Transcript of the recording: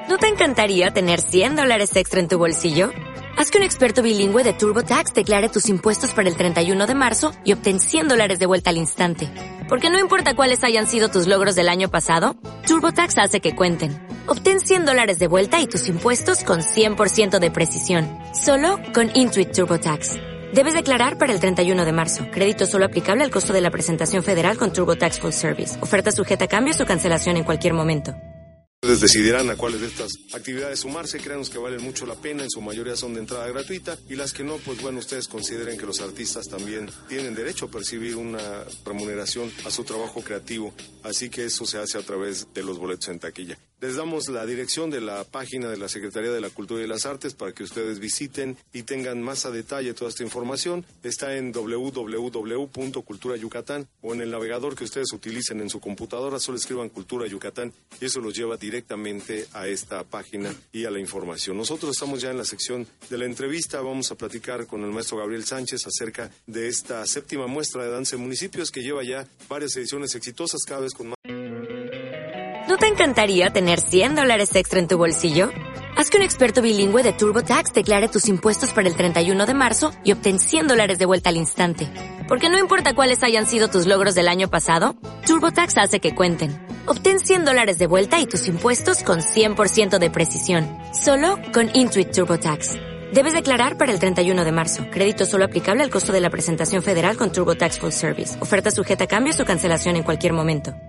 ¿No te encantaría tener $100 extra en tu bolsillo? Haz que un experto bilingüe de TurboTax declare tus impuestos para el 31 de marzo y obtén $100 de vuelta al instante. Porque no importa cuáles hayan sido tus logros del año pasado, TurboTax hace que cuenten. Obtén $100 de vuelta y tus impuestos con 100% de precisión. Solo con Intuit TurboTax. Debes declarar para el 31 de marzo. Crédito solo aplicable al costo de la presentación federal con TurboTax Full Service. Oferta sujeta a cambios o cancelación en cualquier momento. Ustedes decidirán a cuáles de estas actividades sumarse. Créanos que valen mucho la pena, en su mayoría son de entrada gratuita, y las que no, pues bueno, ustedes consideren que los artistas también tienen derecho a percibir una remuneración a su trabajo creativo, así que eso se hace a través de los boletos en taquilla. Les damos la dirección de la página de la Secretaría de la Cultura y las Artes para que ustedes visiten y tengan más a detalle toda esta información. Está en www.culturayucatán o en el navegador que ustedes utilicen en su computadora, solo escriban Cultura Yucatán y eso los lleva directamente a esta página y a la información. Nosotros estamos ya en la sección de la entrevista. Vamos a platicar con el maestro Gabriel Sánchez acerca de esta 7ª muestra de danza en municipios que lleva ya varias ediciones exitosas, cada vez con más. ¿No te encantaría tener $100 extra en tu bolsillo? Haz que un experto bilingüe de TurboTax declare tus impuestos para el 31 de marzo y obtén $100 de vuelta al instante. Porque no importa cuáles hayan sido tus logros del año pasado, TurboTax hace que cuenten. Obtén $100 de vuelta y tus impuestos con 100% de precisión. Solo con Intuit TurboTax. Debes declarar para el 31 de marzo. Crédito solo aplicable al costo de la presentación federal con TurboTax Full Service. Oferta sujeta a cambios o cancelación en cualquier momento.